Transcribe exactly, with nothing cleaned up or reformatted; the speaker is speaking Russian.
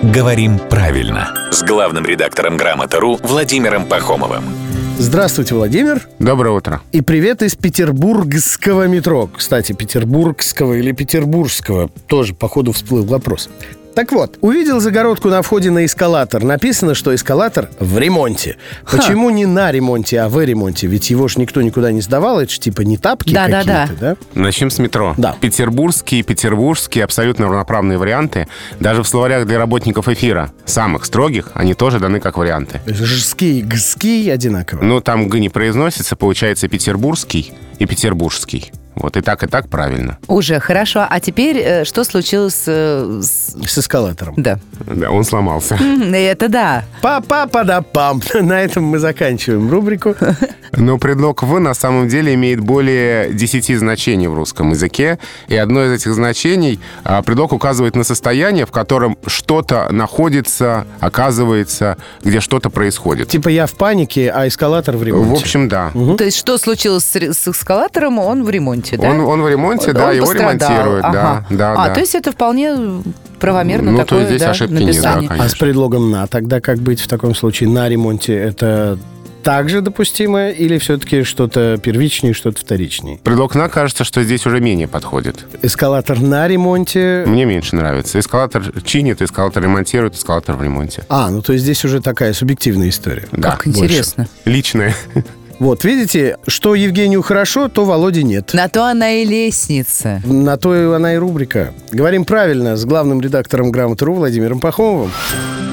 Говорим правильно. С главным редактором Грамота.ру Владимиром Пахомовым. Здравствуйте, Владимир. Доброе утро. И привет из петербургского метро. Кстати, петербургского или петербургского. Тоже, походу, всплыл вопрос. Так вот, увидел загородку на входе на эскалатор. Написано, что эскалатор в ремонте. Ха. Почему не на ремонте, а в ремонте? Ведь его ж никто никуда не сдавал. Это ж типа не тапки Да, да, какие-то, да? Начнем с метро. Да. Петербургские и петербургские абсолютно равноправные варианты. Даже в словарях для работников эфира, самых строгих, они тоже даны как варианты. Жский, гский одинаково. Но там «г» не произносится, получается петербургский и петербургский. Вот и так, и так правильно. Уже хорошо. А теперь э, что случилось э, с... С эскалатором. Да. Да, он сломался. М, Это да. Па-па-па-да-пам. На этом мы заканчиваем рубрику. Но предлог «в» на самом деле имеет более десяти значений в русском языке. И одно из этих значений, а, предлог указывает на состояние, в котором что-то находится, оказывается, где что-то происходит. Типа я в панике, а эскалатор в ремонте. В общем, да. То есть что случилось с, ре- с эскалатором, он в ремонте, да? Он, он в ремонте, Он- да, он его пострадал. ремонтируют, Ага. да, да, А, да. то есть это вполне правомерно Ну, то такое, есть здесь да, ошибки нет, написание. да, А с предлогом «на» тогда как быть в таком случае? На ремонте это также допустимо или все-таки что-то первичнее, что-то вторичнее? Предлог «на» кажется, что здесь уже менее подходит. Эскалатор на ремонте... Мне меньше нравится. Эскалатор чинит, эскалатор ремонтирует, эскалатор в ремонте. А, ну то есть здесь уже такая субъективная история. Да, Как интересно. личное. Вот, видите, что Евгению хорошо, то Володе нет. На то она и лестница. На то и она и рубрика. Говорим правильно с главным редактором Грамота.ру Владимиром Пахомовым.